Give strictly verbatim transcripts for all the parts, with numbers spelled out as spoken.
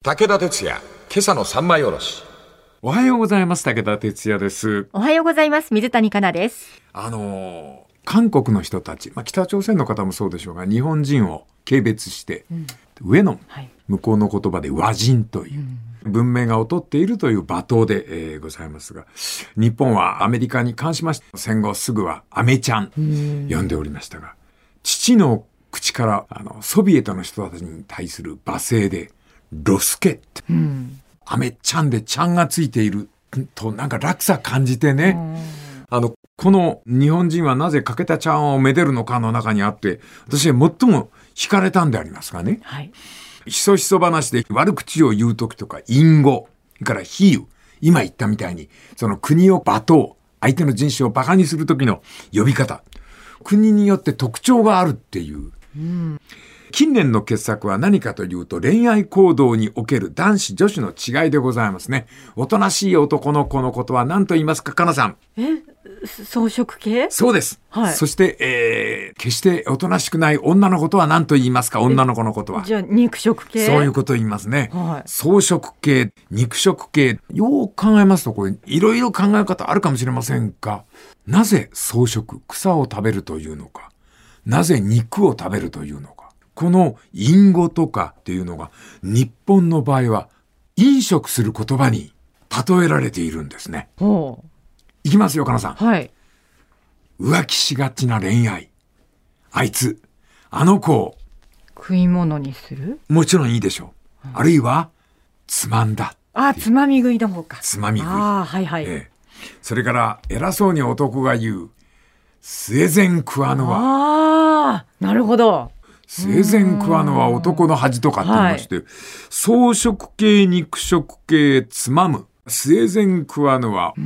武田鉄矢、今朝の三枚おろし。 おはようございます。武田鉄矢です。 おはようございます。水谷香奈です。 あのー、韓国の人たち、まあ、北朝鮮の方もそうでしょうが、日本人を軽蔑して、うん、上の向こうの言葉で和人という、うん、文明が劣っているという罵倒で、えー、ございますが、日本はアメリカに関しまして戦後すぐはアメちゃん呼んでおりましたが、父の口からあのソビエトの人たちに対する罵声でロスケって、うん、アメちゃんでちゃんがついているとなんか落差感じてね、あのこの日本人はなぜ欠けたちゃんをめでるのかの中にあって、私は最も惹かれたんでありますがね、はい、ひそひそ話で悪口を言うときとか隠語、それから比喩、今言ったみたいにその国を罵倒、相手の人種をバカにするときの呼び方、国によって特徴があるっていう、うん、近年の傑作は何かというと恋愛行動における男子女子の違いでございますね。おとなしい男の子のことは何と言いますか、かなさん。 え、草食系？ そうです、はい、そして、えー、決しておとなしくない女のことは何と言いますか、女の子のことは。 じゃあ肉食系？ そういうことを言いますね、はい、草食系、肉食系、よう考えますとこれいろいろ考え方あるかもしれませんが、なぜ草食、草を食べるというのか、なぜ肉を食べるというのか、この隠語とかっていうのが日本の場合は飲食する言葉に例えられているんですね。 ほう。 いきますよ、かなさん。 はい。 浮気しがちな恋愛。あいつ、あの子を食い物にする？ もちろんいいでしょう。うん、あるいはつまんだ。 あ、つまみ食いの方か。 つまみ食い。 あ、はいはい。 ええ、それから偉そうに男が言う生前食わぬは。 ああ、なるほど。 生前食わぬは男の恥とかって言いまして、はい、草食系、肉食系、つまむ。生前食わぬは、うん、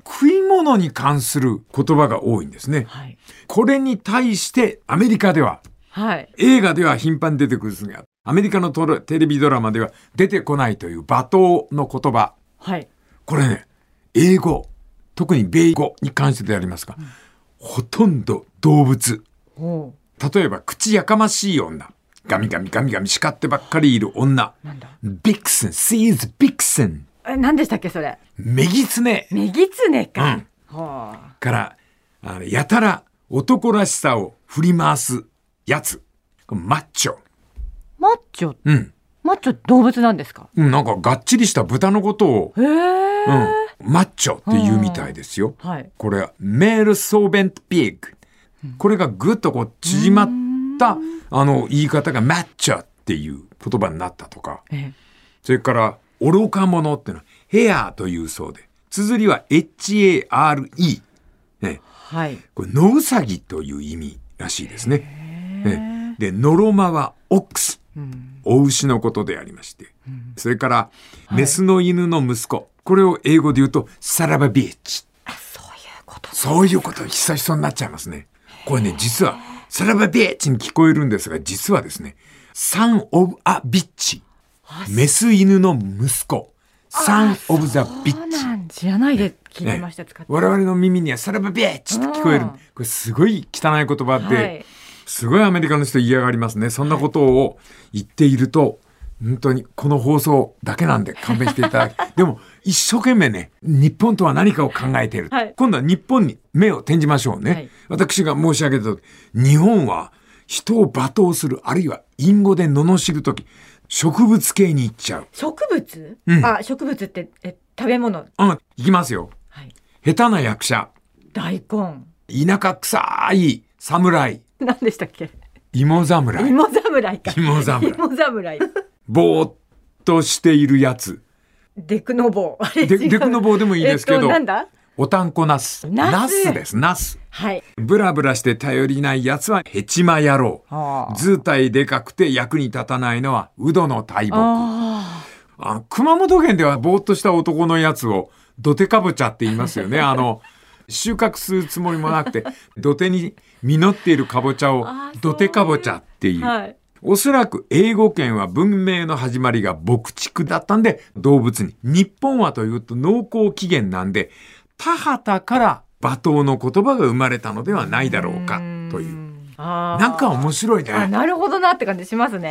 食い物に関する言葉が多いんですね。はい、これに対してアメリカでは、はい、映画では頻繁に出てくるんですが、アメリカのテレビドラマでは出てこないという罵倒の言葉。はい、これね、英語、特に米語に関してでありますが、うん、ほとんど動物。例えば、口やかましい女。ガミガミガミガミ叱ってばっかりいる女。なんだ？ビクセン、シーズビクセン。 え、何でしたっけそれ？ メギツネ。 メギツネか。うん。 はあ、から、あの、やたら男らしさを振り回すやつ。マッチョ。 マッチョ？ うん。 マッチョ動物なんですか？ うん、なんかがっちりした豚のことを。 へー。 うん。マッチョって言うみたいですよ。はい。これはメールソーベントピッグ。これがぐっとこう縮まったあの言い方がマッチョっていう言葉になったとか、ええ、それから愚か者っていうのはヘアというそうで、綴りは エイチエーアールイー、ね、はい、これ野ウサギという意味らしいですね。ねでノロマはオックス、うん、お牛のことでありまして、うん、それからメスの犬の息子、はい、これを英語で言うとサラバビッチ。 あ、そういうこと。 そういうこと、ひそひそになっちゃいますね。これね、実はサラバビッチに聞こえるんですが、実はですね、サン・オブ・ア・ビッチ、メス犬の息子、サン・オブ・ザ・ビッチ。 そうなん知らないで聞いてました、ね、使って我々の耳にはサラバビッチって聞こえる。これすごい汚い言葉で、はい、すごいアメリカの人嫌がりますね。そんなことを言っていると、本当にこの放送だけなんで勘弁していただきでも一生懸命ね、日本とは何かを考えている、はい、今度は日本に目を転じましょうね、はい、私が申し上げたと日本は人を罵倒する、あるいは隠語で罵るとき植物系に行っちゃう。 植物、うん、あ、植物ってえ食べ物。 うん、いきますよ、はい、下手な役者大根、 田舎臭い侍、 何でしたっけ、 芋侍、 芋侍か、 芋侍芋侍ぼーっとしているやつ、 デクノボーデ, デクノボーでもいいですけど、えっと、 なんだ、 おたんこナス、ナスです、ナス、はい、ブラブラして頼りないやつはヘチマ野郎、図体でかくて役に立たないのはウドの大木。ああ、熊本県ではぼーっとした男のやつをドテカボチャって言いますよね。あの収穫するつもりもなくて土手に実っているかぼちゃをドテカボチャっていう、はい、おそらく英語圏は文明の始まりが牧畜だったんで動物に、日本はというと農耕起源なんで田畑から罵倒の言葉が生まれたのではないだろうかという、あ、なんか面白いね。 あ、なるほどなって感じしますね。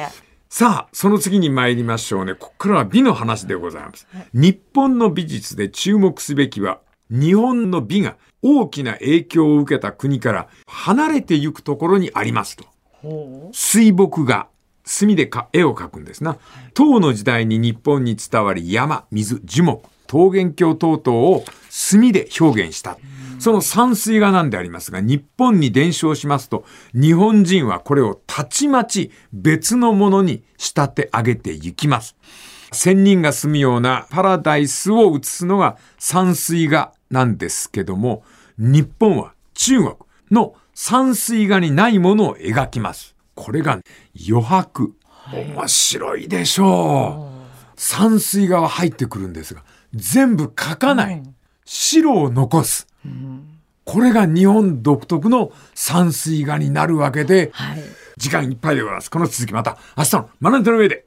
さあ、その次に参りましょうね。ここからは美の話でございます。はい、日本の美術で注目すべきは、日本の美が大きな影響を受けた国から離れてゆくところにありますと。水墨画、墨でか絵を描くんですな。はい、唐の時代に日本に伝わり、山、水、樹木、桃源郷等々を墨で表現した。その山水画なんでありますが、日本に伝承しますと、日本人はこれをたちまち別のものに仕立て上げていきます。仙人が住むようなパラダイスを映すのが山水画なんですけども、日本は中国の山水画にないものを描きます。これが余白。面白いでしょう。山水画は入ってくるんですが、全部描かない。白を残す。これが日本独特の山水画になるわけで、はい、時間いっぱいでございます。この続きまた明日の学んでの上で。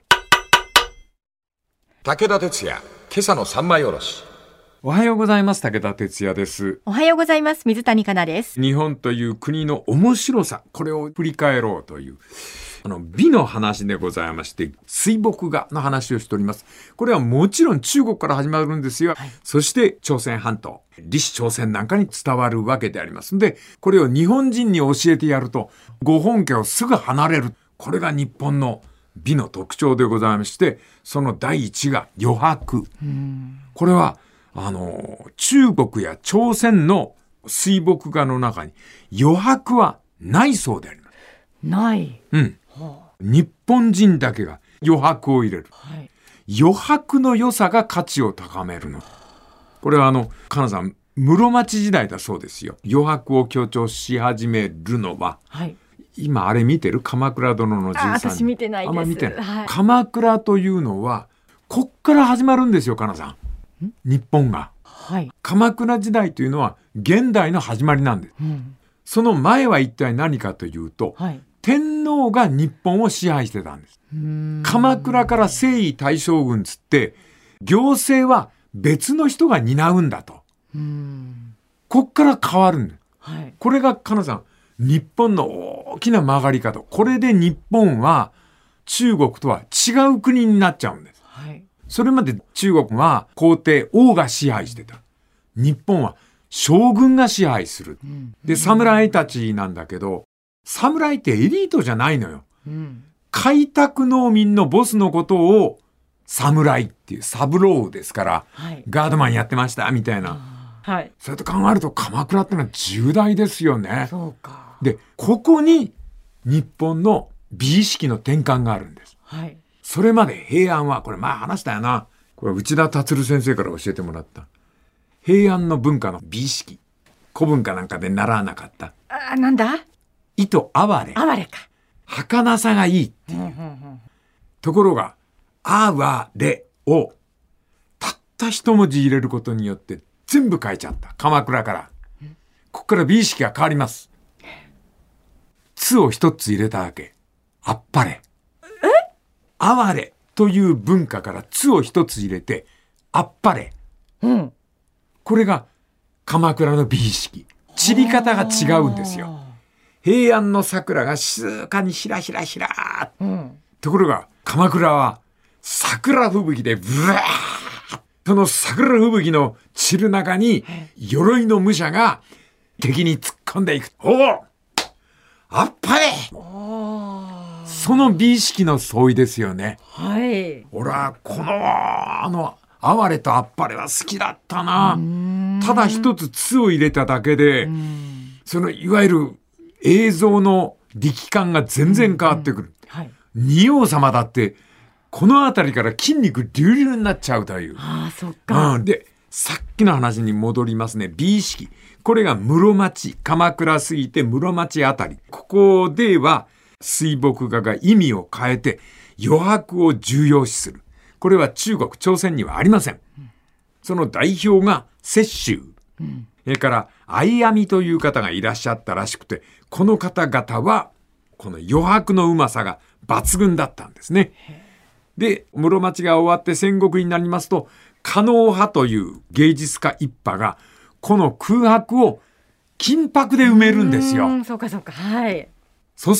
武田鉄矢、今朝の三枚おろし。 おはようございます。武田鉄矢です。 おはようございます。水谷香奈です。 日本という国の面白さ、これを振り返ろうというあの美の話でございまして、水墨画の話をしております。これはもちろん中国から始まるんですよ。はい、そして朝鮮半島、李氏朝鮮なんかに伝わるわけでありますので、これを日本人に教えてやると、ご本家をすぐ離れる。これが日本の美の特徴でございまして、その第一が余白。これはあの中国や朝鮮の水墨画の中に余白はないそうであります。 ない。 うん。はあ、日本人だけが余白を入れる。はい、余白の良さが価値を高めるの。これはあのかなさん室町時代だそうですよ。余白を強調し始めるのは。はい、今あれ見てる鎌倉殿のじゅうさんにん。 私見てないです。あんま見てない。 はい、鎌倉というのはこっから始まるんですよ、かなさん。日本が、はい、鎌倉時代というのは現代の始まりなんです、うん、その前は一体何かというと、はい、天皇が日本を支配してたんです。うーん、鎌倉から征夷大将軍つって行政は別の人が担うんだと。うーん、こっから変わるんです、はい、これがかなさん日本の大きな曲がり方。これで日本は中国とは違う国になっちゃうんです。はい、それまで中国は皇帝王が支配してた。日本は将軍が支配する。うん、で、侍たちなんだけど、侍ってエリートじゃないのよ。うん、開拓農民のボスのことを侍っていうサブローですから、はい、ガードマンやってましたみたいな。はい、それと考えると鎌倉ってのは重大ですよね。そうか。で、ここに日本の美意識の転換があるんです。はい、それまで平安は、これ前話したよな。これ内田達先生から教えてもらった。平安の文化の美意識。古文化なんかで習わなかった。 あ、なんだ？ 意と哀れ。 哀れか。 儚さがいいっていう。うんうんうん、ところが、哀れをたった一文字入れることによって全部変えちゃった。鎌倉から。ここから美意識が変わります。つを一つ入れたわけ。あっぱれ。哀れという文化からつを一つ入れてあっぱれ、うん、これが鎌倉の美意識。散り方が違うんですよ。平安の桜が静かにひらひらひら、うん、ところが鎌倉は桜吹雪でブワーッ、その桜吹雪の散る中に鎧の武者が敵に突っ込んでいく。おお、あっぱれ。その美意識の相違ですよね。はい。俺はこのあの哀れとあっぱれは好きだったな。ただ一つつを入れただけで、そのいわゆる映像の力感が全然変わってくる。はい、仁王様だってこの辺りから筋肉隆々になっちゃうという。ああ、そっか。うん、で、さっきの話に戻りますね。美意識。これが室町、鎌倉過ぎて室町あたり。ここでは水墨画が意味を変えて余白を重要視する。これは中国、朝鮮にはありません。その代表が雪舟。うん、それから相編みという方がいらっしゃったらしくて、この方々はこの余白のうまさが抜群だったんですね。で、室町が終わって戦国になりますと、狩野派という芸術家一派がこの空白を金箔で埋めるんですよ。 うん、そうかそうか。はい。 そうすると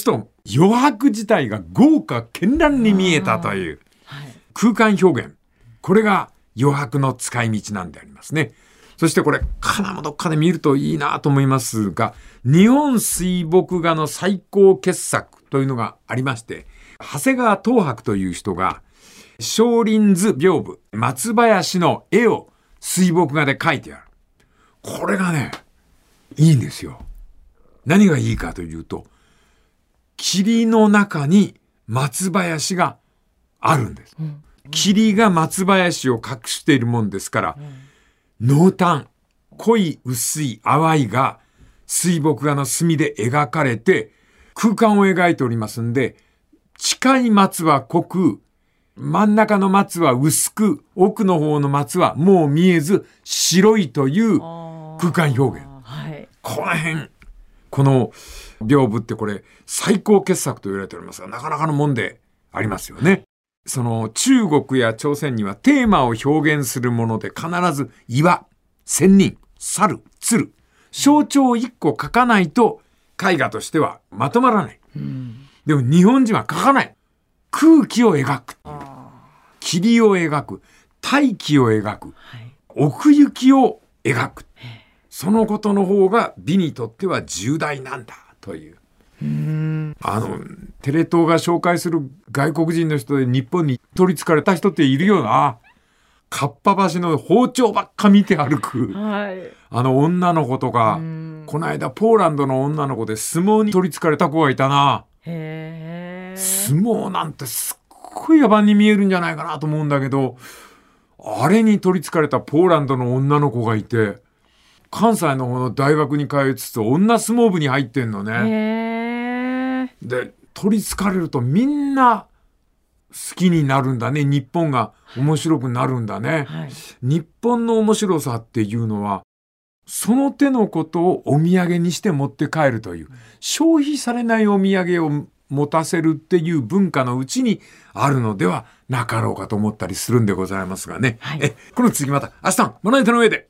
余白自体が豪華絢爛に見えたという空間表現。これが余白の使い道なんでありますね。そしてこれ、金もどっかで見るといいなと思いますが、日本水墨画の最高傑作というのがありまして、長谷川東博という人が、少林図屏風、松林の絵を水墨画で描いてある。これがね、いいんですよ。何がいいかというと、霧の中に松林があるんです。うん、霧が松林を隠しているもんですから、うん、濃淡、濃い薄い淡いが水墨画の墨で描かれて空間を描いておりますんで、近い松は濃く、真ん中の松は薄く、奥の方の松はもう見えず白いという空間表現。はい、この辺、この屏風ってこれ最高傑作と言われておりますが、なかなかのもんでありますよね。その中国や朝鮮にはテーマを表現するもので必ず岩、仙人、猿、鶴、象徴を一個書かないと絵画としてはまとまらない。うん、でも日本人は書かない。空気を描く。霧を描く。大気を描く。はい、奥行きを描く。そのことの方が美にとっては重大なんだという。うーんあのテレ東が紹介する外国人の人で日本に取り憑かれた人っているよな。かっぱ橋の包丁ばっか見て歩く、はい、あの女の子とか、この間ポーランドの女の子で相撲に取り憑かれた子がいたな。へー、相撲なんてすっごい野蛮に見えるんじゃないかなと思うんだけど、あれに取り憑かれたポーランドの女の子がいて、関西の方の大学に通いつつ女相撲部に入ってんのね。へー。で、取り憑かれるとみんな好きになるんだね。日本が面白くなるんだね。はい、日本の面白さっていうのは、その手のことをお土産にして持って帰るという、消費されないお土産を持たせるっていう文化のうちにあるのではなかろうかと思ったりするんでございますがね。はい、えこの続きまた明日のまな板の上で。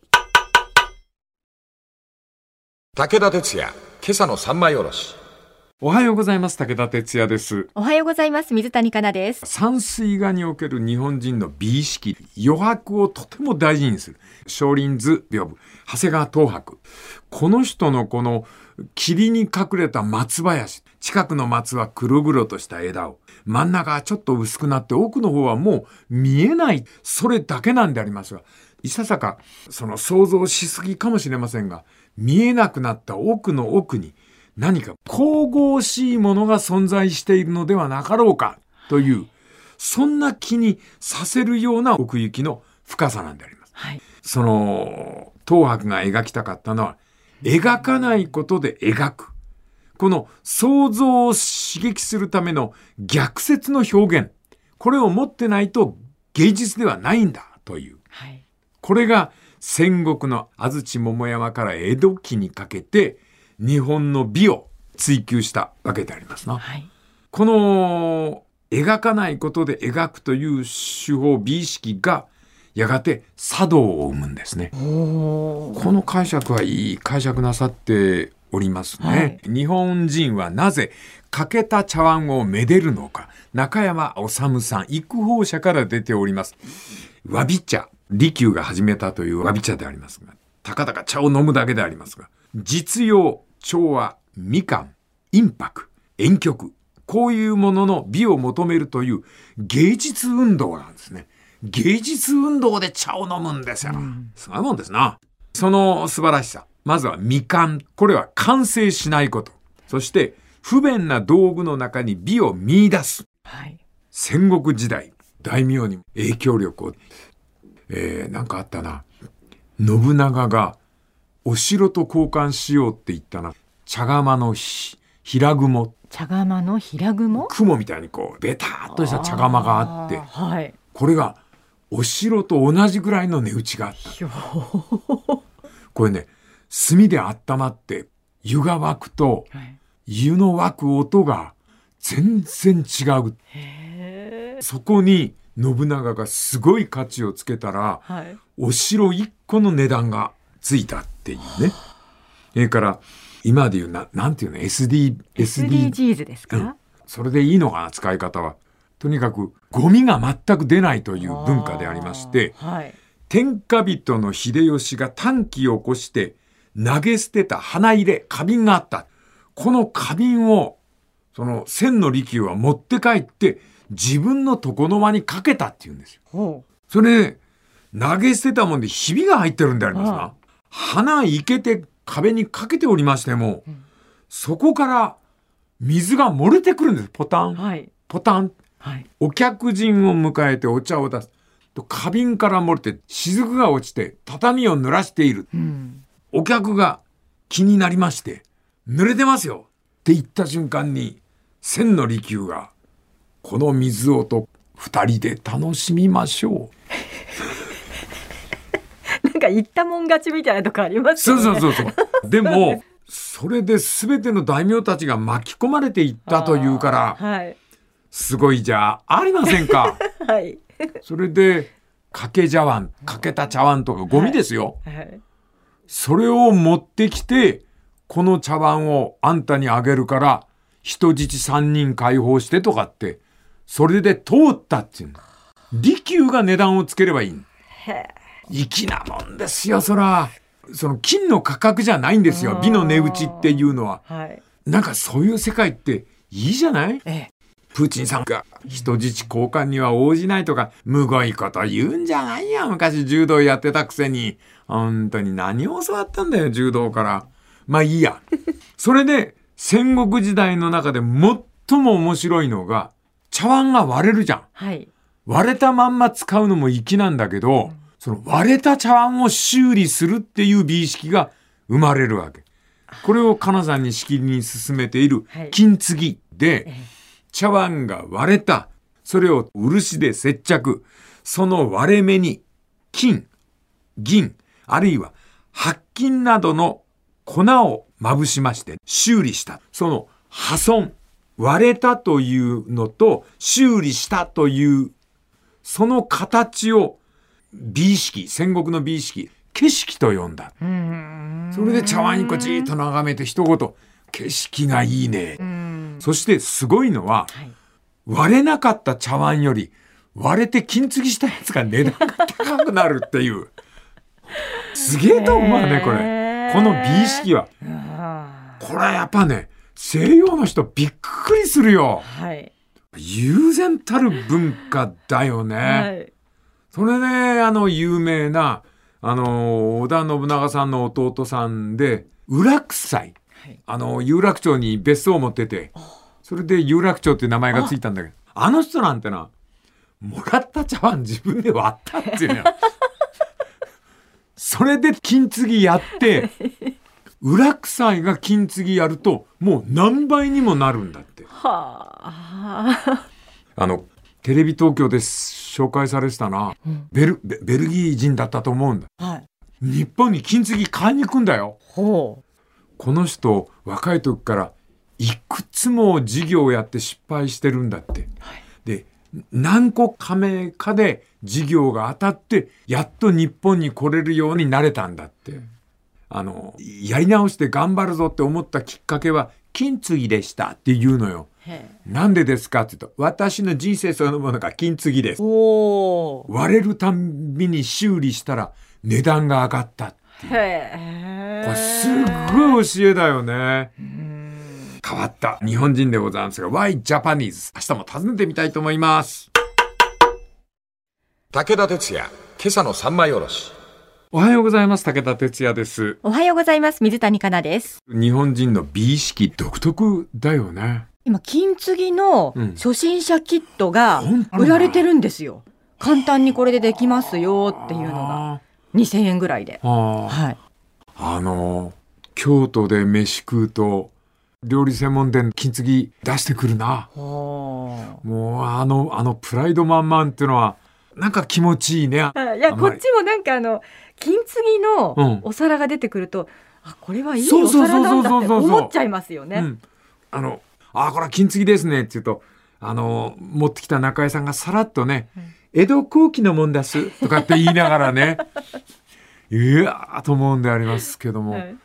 武田鉄矢、今朝の三枚おろし。 おはようございます。武田鉄矢です。 おはようございます。水谷香奈です。 山水画における日本人の美意識、余白をとても大事にする少林図屏風、長谷川東博。この人のこの霧に隠れた松林、近くの松は黒々とした枝を、真ん中はちょっと薄くなって奥の方はもう見えない、それだけなんでありますが、いささかその想像しすぎかもしれませんが、見えなくなった奥の奥に何か神々しいものが存在しているのではなかろうかという、そんな気にさせるような奥行きの深さなんであります。はい、その東博が描きたかったのは、描かないことで描く。この想像を刺激するための逆説の表現。これを持ってないと芸術ではないんだという。はい、これが戦国の安土桃山から江戸期にかけて日本の美を追求したわけでありますな。はい、この描かないことで描くという手法、美意識がやがて茶道を生むんですね。この解釈はいい解釈なさっておりますね。はい、日本人はなぜ欠けた茶碗をめでるのか。中山治さん、育法社から出ております。わび茶、利休が始めたというわび茶でありますが、たかだか茶を飲むだけでありますが、実用、調和、みかん、陰白、婉曲、こういうものの美を求めるという芸術運動なんですね。芸術運動で茶を飲むんですよ。すごいもんですな。その素晴らしさ。まずは未完。これは完成しないこと。そして不便な道具の中に美を見出す。はい、戦国時代、大名に影響力を、えー、なんかあったな。信長がお城と交換しようって言ったな。茶釜のひ平雲。 茶釜の平雲？ 雲みたいにこうベターっとした茶釜があって、はい、これがお城と同じぐらいの値打ちがあった。これね、炭で温まって湯が沸くと、はい、湯の沸く音が全然違う。へー。そこに信長がすごい価値をつけたら、はい、お城いっこの値段がついたっていうね。それから今でいうな、なんていうの エスディー、 エスディージーズ ですか、うん、 それでいいのかな、使い方は。とにかくゴミが全く出ないという文化でありまして、 はい、 天下人の秀吉が短気を起こして投げ捨てた花入れ、花瓶があった。この花瓶をその千の利休は持って帰って自分の床の間にかけたっていうんですよ。それで投げ捨てたもんでひびが入ってるんでありますが、花いけて壁にかけておりましても、うん、そこから水が漏れてくるんです。ポタン、はい、ポタン、はい、お客人を迎えてお茶を出すと花瓶から漏れて雫が落ちて畳を濡らしている、うん、お客が気になりまして濡れてますよって言った瞬間に千の利休がこの水をと二人で楽しみましょうなんか言ったもん勝ちみたいなとこありますよね。 そうそうそうそうでもそれで全ての大名たちが巻き込まれていったというから、はい、すごいじゃありませんか、はい、それでかけ茶碗、かけた茶碗とかゴミですよ、はいはい、それを持ってきてこの茶碗をあんたにあげるから人質さんにん解放してとかってそれで通ったっていうの。利休が値段をつければいい。粋なもんですよ。そらその金の価格じゃないんですよ。美の値打ちっていうのは、はい、なんかそういう世界っていいじゃない、ええ、プーチンさんが人質交換には応じないとかむごいこと言うんじゃないや。昔柔道やってたくせに本当に何を教わったんだよ柔道から。まあいいやそれで戦国時代の中で最も面白いのが茶碗が割れるじゃん、はい、割れたまんま使うのも粋なんだけど、うん、その割れた茶碗を修理するっていう美意識が生まれるわけ。これを金さんにしきりに進めている金継ぎで、はい、茶碗が割れた。それを漆で接着。その割れ目に金、銀、あるいは白金などの粉をまぶしまして修理した。その破損、割れたというのと修理したというその形を美意識、戦国の美意識、景色と呼んだ。うーん、それで茶碗一個じーっと眺めて一言、景色がいいね。うん、そしてすごいのは、はい、割れなかった茶碗より割れて金継ぎしたやつが値段が高くなるっていうすげえと思うねこれ。この美意識はこれはやっぱね西洋の人びっくりするよ、はい、悠然たる文化だよね、はい、それであの有名なあの織田信長さんの弟さんで裏草、はい、あの有楽町に別荘を持っててそれで有楽町っていう名前がついたんだけど あ, あの人なんてなもらった茶碗自分で割ったっていうねそれで金継ぎやって裏草が金継ぎやるともう何倍にもなるんだって。はあ、あのテレビ東京で紹介されてたな、うん、ベル、ベ、ベルギー人だったと思うんだ、はい、日本に金継ぎ買いに行くんだよ。ほう。この人若い時からいくつも事業をやって失敗してるんだって、はい、で何個加盟かで事業が当たってやっと日本に来れるようになれたんだって。あのやり直して頑張るぞって思ったきっかけは金継ぎでしたって言うのよ。なんでですかって言うと私の人生そのものが金継ぎです。お割れるたんびに修理したら値段が上がったっていう。へこれすっごい教えだよね。変わった日本人でございますが Why Japanese 明日も訪ねてみたいと思います。 武田鉄矢今朝の三枚おろし。 おはようございます。武田鉄矢です。 おはようございます。水谷香奈です。 日本人の美意識独特だよね。 今金継ぎの初心者キットが売られてるんですよ、うん、簡単にこれでできますよっていうのがにせんえんぐらいで、はい、 あの京都で飯食うと料理専門店金継ぎ出してくるな。もうあのあのプライド満々っていうのはなんか気持ちいいね。いやこっちもなんかあの金継ぎのお皿が出てくると、うん、あこれはいいお皿なんだって思っちゃいますよね。うん、 あのあこれは金継ぎですねって言うとあの持ってきた中井さんがさらっとね、うん、江戸後期のもんですとかって言いながらねいやーと思うんでありますけども、はい、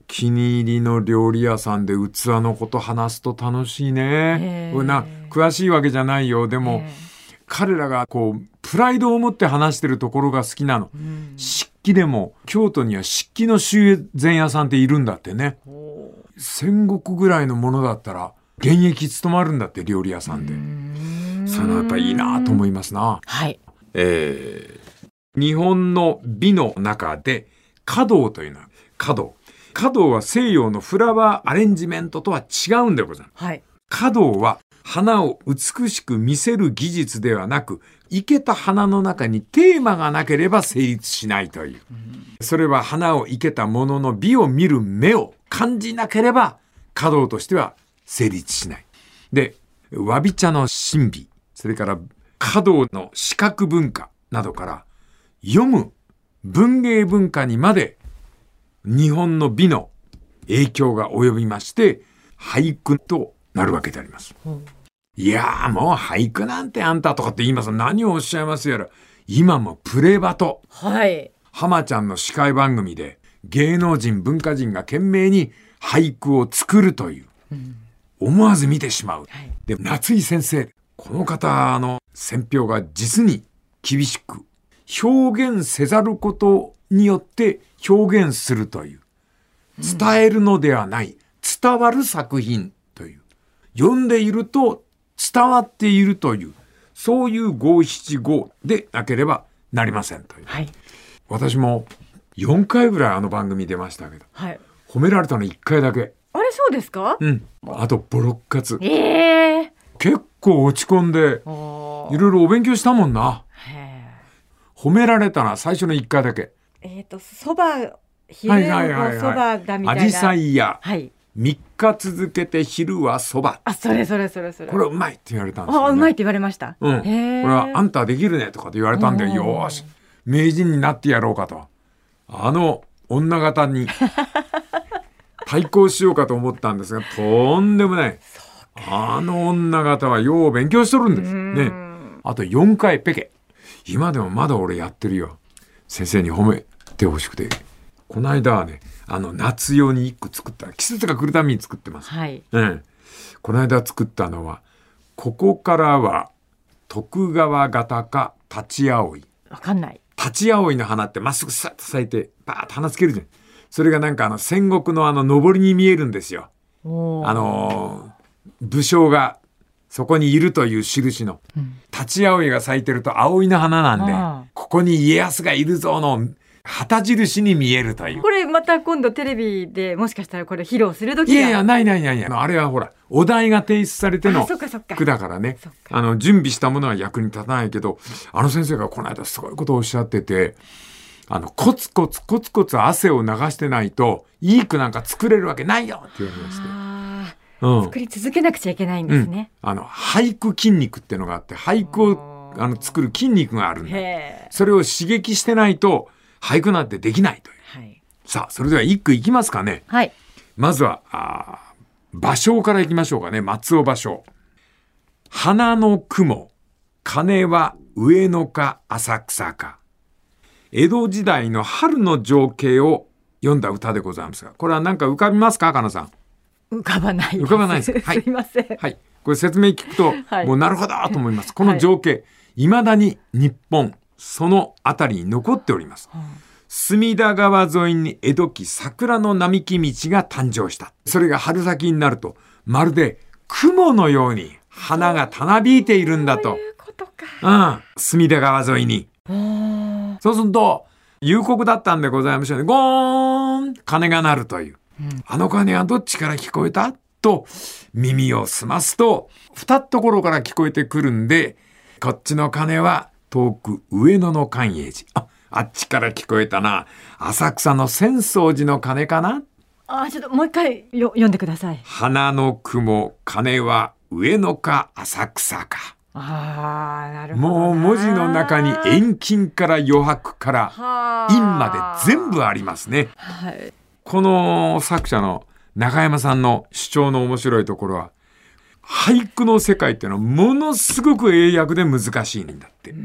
気に入りの料理屋さんで器のこと話すと楽しいね。な詳しいわけじゃないよ。でも彼らがこうプライドを持って話してるところが好きなの、うん、漆器でも京都には漆器の修繕屋さんっているんだってね。戦国ぐらいのものだったら現役務まるんだって、料理屋さんで。んそのやっぱりいいなと思いますな。 はい、 えー、日本の美の中で華道というのは、華道華道は西洋のフラワーアレンジメントとは違うんでございます。 はい、 華道は花を美しく見せる技術ではなく、生けた花の中にテーマがなければ成立しないという、うん、それは花を生けたものの美を見る目を感じなければ華道としては成立しない。で、わび茶の神美、それから華道の視覚文化などから読む文芸文化にまで日本の美の影響が及びまして、俳句となるわけであります。うん、いやーもう俳句なんてあんたとかって言います。何をおっしゃいますやら。今もプレバト。 はい。 浜ちゃんの司会番組で芸能人文化人が懸命に俳句を作るという。うん、思わず見てしまう。はい、で、夏井先生。この方の選評が実に厳しく、表現せざることによって表現するという。伝えるのではない。伝わる作品という。読んでいると伝わっているという、そういう五七五でなければなりませんという、 はい、 私もよんかいぐらいあの番組出ましたけど、 はい、 褒められたのいっかいだけ。 あれ、そうですか？ うん。あとボロッカツ、 えー、 結構落ち込んでいろいろお勉強したもんな。 へ褒められたのは最初のいっかいだけ。 えっとそば、昼のそばだみたいな、 アジサイや、 はい、 みっか続けて昼はそば。 あ、それそれそれそれ。 これうまいって言われたんですよ、ね。 あ、うまいって言われました。 うん。これはあんたできるねとかって言われたんで、よーし、名人になってやろうかと。あの女方に対抗しようかと思ったんですが、とんでもない。あの女方はよう勉強しとるんです。ね。あとよんかいペケ。今でもまだ俺やってるよ。先生に褒めてほしくて。この間はね、あの夏用にいっこ作った。季節が来るために作ってます。 はい。 うん。この間作ったのは、ここからは徳川型か立ち葵。 わかんない。 立ち葵の花ってまっすぐさっと咲いてバーッと花つけるじゃん。それがなんかあの戦国のあの上りに見えるんですよ。あのー、武将がそこにいるという印の、うん、立ち葵が咲いてると葵の花なんで、ここに家康がいるぞの旗印に見えるという。 これまた今度テレビでもしかしたらこれ披露する時が。 いやいや、ないないないない。あれはほらお題が提出されての句だからね。あの準備したものは役に立たないけど、あの先生がこの間すごいことをおっしゃってて、あのコツコツコツコツ汗を流してないといい句なんか作れるわけないよって言われまして。 あ、うん、作り続けなくちゃいけないんですね。 うん、あの俳句筋肉っていうのがあって、俳句をあの作る筋肉があるんで、それを刺激してないと俳句なんてできないという。はい、さあ、それでは一句いきますかね。 はい、 まずはあ芭蕉からいきましょうかね。松尾芭蕉。花の雲、鐘は上野か浅草か。江戸時代の春の情景を読んだ歌でございますが、これは何か浮かびますか、かなさん。 浮かばないです。 浮かばないです。はい、 すいません。 はい。これ説明聞くと、はい、もうなるほどと思います。この情景、いま、はい、だに日本、そのあたりに残っております。うん、隅田川沿いに江戸期桜の並木道が誕生した。それが春先になると、まるで雲のように花がたなびいているんだと。 そういうことか。 うん。隅田川沿いに。そうすると、夕刻だったんでございましょうね。ゴーン鐘が鳴るという。うん、あの鐘はどっちから聞こえたと耳を澄ますと、二ところから聞こえてくるんで、こっちの鐘は遠く上野の寛永寺。あ、あっちから聞こえたな。浅草の浅草寺の鐘かな。 あ、ちょっともう一回よ読んでください。 花の雲、鐘は上野か浅草か。 あ、なるほど。 もう文字の中に遠近から余白から陰まで全部ありますね。 はい、 この作者の中山さんの主張の面白いところは、俳句の世界っていうのはものすごく英訳で難しいんだって。うん、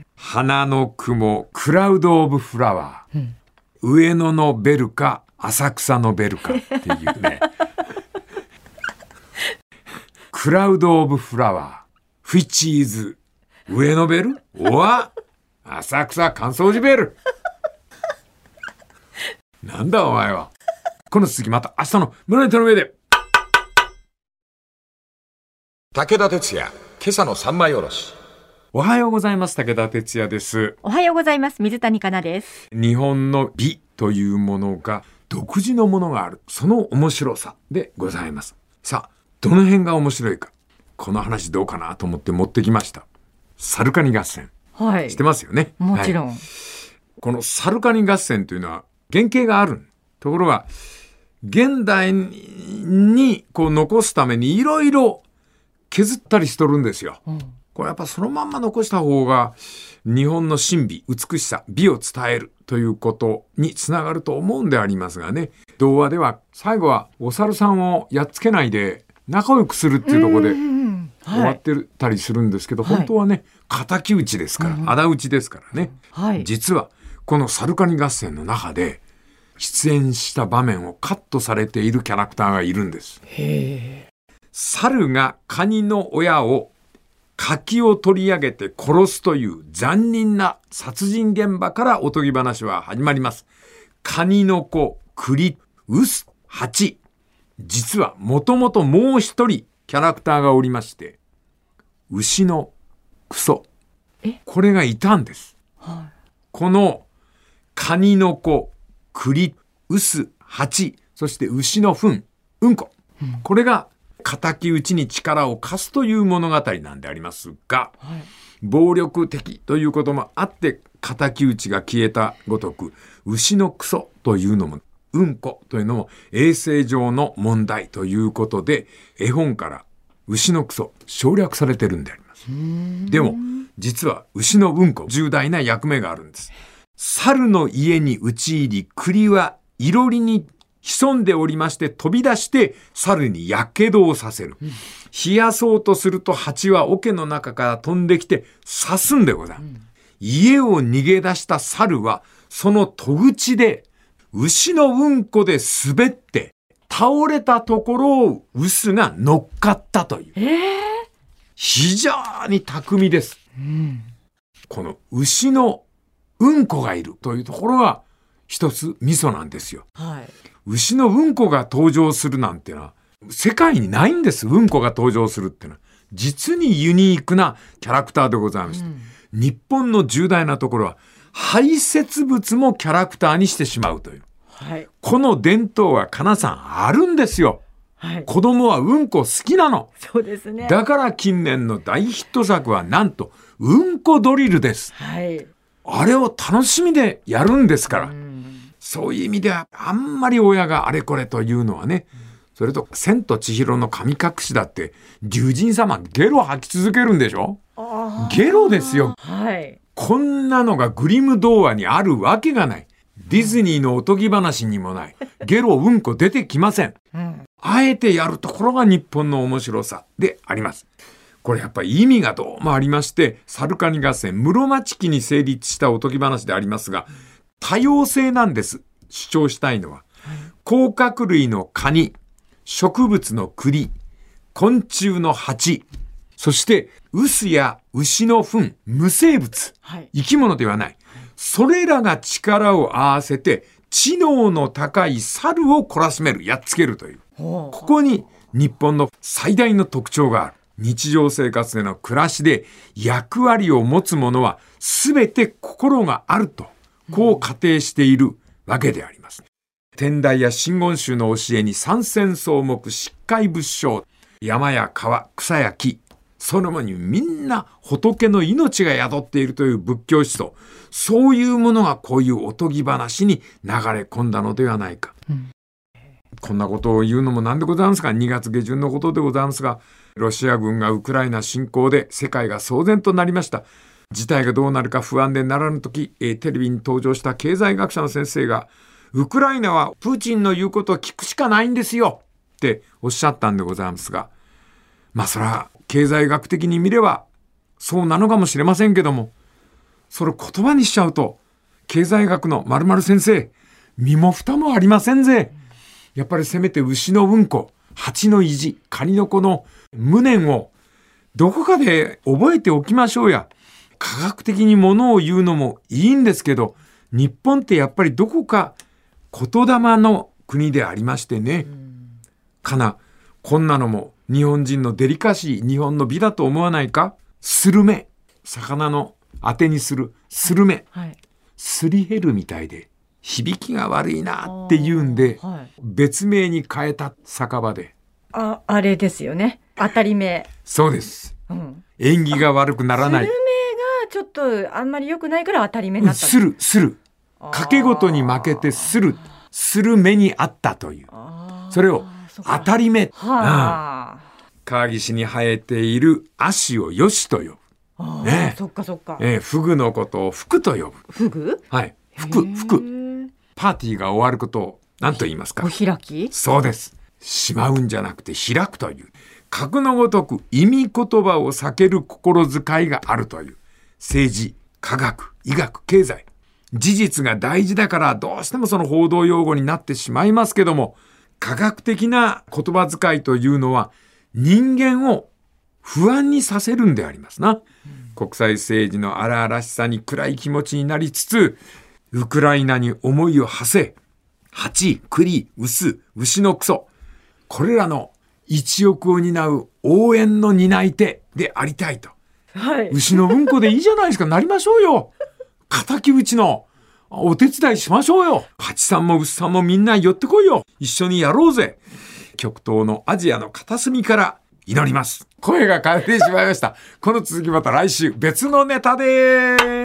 花の雲、クラウドオブフラワー、うん、上野のベルか浅草のベルかっていうねクラウドオブフラワーフィッチーズ上野ベルおわ浅草乾燥寺ベルなんだお前は。この続きまた明日の村ネタの上で。 武田鉄矢今朝の三枚おろし。 おはようございます。武田鉄矢です。 おはようございます。水谷香奈です。 日本の美というものが独自のものがある、その面白さでございます。さあどの辺が面白いか、この話どうかなと思って持ってきました。サルカニ合戦、はい、知ってますよね。 もちろん、 はい、このサルカニ合戦というのは原型がある。ところが現代にこう残すためにいろいろ削ったりしとるんですよ、うん、これやっぱそのまんま残した方が日本の神美美しさ美を伝えるということにつながると思うんでありますがね。童話では最後はお猿さんをやっつけないで仲良くするっていうところで終わってたりするんですけど、はい、本当はね敵討ちですから、はい、仇討ちですからね、はい、実はこのサルカニ合戦の中で出演した場面をカットされているキャラクターがいるんです。へー。猿がカニの親を柿を取り上げて殺すという残忍な殺人現場からおとぎ話は始まります。カニの子、栗、ウス、ハチ。実はもともともう一人キャラクターがおりまして、牛のクソ。これがいたんです。はい、このカニの子、栗、ウス、ハチ、そして牛の糞、うんこ。うん、これが敵討ちに力を貸すという物語なんでありますが、はい、暴力的ということもあって敵討ちが消えたごとく、牛のクソというのもうんこというのも衛生上の問題ということで、絵本から牛のクソ省略されてるんであります。でも実は牛のうんこ重大な役目があるんです。猿の家に討ち入り、栗はいろりに潜んでおりまして飛び出して猿にやけどをさせる、うん、冷やそうとすると蜂は桶の中から飛んできて刺すんでござる、うん、家を逃げ出した猿はその戸口で牛のうんこで滑って倒れたところを牛が乗っかったという、えー、非常に巧みです、うん、この牛のうんこがいるというところが一つミソなんですよ、はい、牛のうんこが登場するなんてのは世界にないんです。うんこが登場するってのは実にユニークなキャラクターでございまして、うん、日本の重大なところは排泄物もキャラクターにしてしまうという、はい、この伝統はかなさんあるんですよ、はい、子供はうんこ好きなの。 そうですね。 だから近年の大ヒット作はなんとうんこドリルです、はい、あれを楽しみでやるんですから、うん、そういう意味ではあんまり親があれこれというのはね、うん、それと千と千尋の神隠しだって龍神様ゲロ吐き続けるんでしょ。ゲロですよ、はい、こんなのがグリム童話にあるわけがない。ディズニーのおとぎ話にもないゲロうんこ出てきません、うん、あえてやるところが日本の面白さであります。これやっぱり意味がどうもありまして、サルカニ合戦室町期に成立したおとぎ話でありますが、多様性なんです。主張したいのは、甲殻類のカニ、植物の栗、昆虫の蜂、そして臼や牛の糞、無生物、はい、生き物ではない、それらが力を合わせて知能の高い猿を懲らしめる、やっつけるという、ここに日本の最大の特徴がある。日常生活での暮らしで役割を持つものは全て心があると、こう仮定しているわけであります。天台や真言宗の教えに三千草木、四海仏性、山や川、草や木、そのもにみんな仏の命が宿っているという仏教思想、そういうものがこういうおとぎ話に流れ込んだのではないか、うん、こんなことを言うのもなんでございますか。にがつ下旬のことでございますが、ロシア軍がウクライナ侵攻で世界が騒然となりました。事態がどうなるか不安でならぬとき、テレビに登場した経済学者の先生が、ウクライナはプーチンの言うことを聞くしかないんですよっておっしゃったんでございますが、まあそれは経済学的に見ればそうなのかもしれませんけども、それを言葉にしちゃうと、経済学の〇〇先生、 身も蓋もありませんぜ。やっぱりせめて牛のうんこ、蜂の意地、カニの子の無念をどこかで覚えておきましょうや。科学的にものを言うのもいいんですけど、日本ってやっぱりどこか言霊の国でありましてね。かな、こんなのも日本人のデリカシー、日本の美だと思わないか。スルメ、魚の当てにするスルメ、はい、すり減るみたいで響きが悪いなって言うんで、はい、別名に変えた酒場で、 あ、あれですよね、当たり目。 そうです、うん、縁起が悪くならない。 スルメがちょっとあんまり良くないから当たり目になった。 するする賭け事に負けてするする目にあったという、それを当たり目、はあ、川岸に生えている足をよしと呼ぶ。 あ、ね、そっかそっか、 えー、フグのことを福と呼ぶ。 フグ、 はい、福福パーティーが終わることを何と言いますか。 お開き。 そうです。しまうんじゃなくて開くという、格のごとく意味言葉を避ける心遣いがあるという。政治、科学、医学、経済、事実が大事だからどうしてもその報道用語になってしまいますけども、科学的な言葉遣いというのは人間を不安にさせるんでありますな、うん、国際政治の荒々しさに暗い気持ちになりつつ、ウクライナに思いを馳せ、蜂、栗、臼、牛のクソ、これらの一億を担う応援の担い手でありたいと、はい、牛のうんこでいいじゃないですか。なりましょうよ。敵討ちのお手伝いしましょうよ。蜂さんも牛さんもみんな寄ってこいよ。一緒にやろうぜ。極東のアジアの片隅から祈ります。声が枯れてしまいました。この続きまた来週別のネタでーす。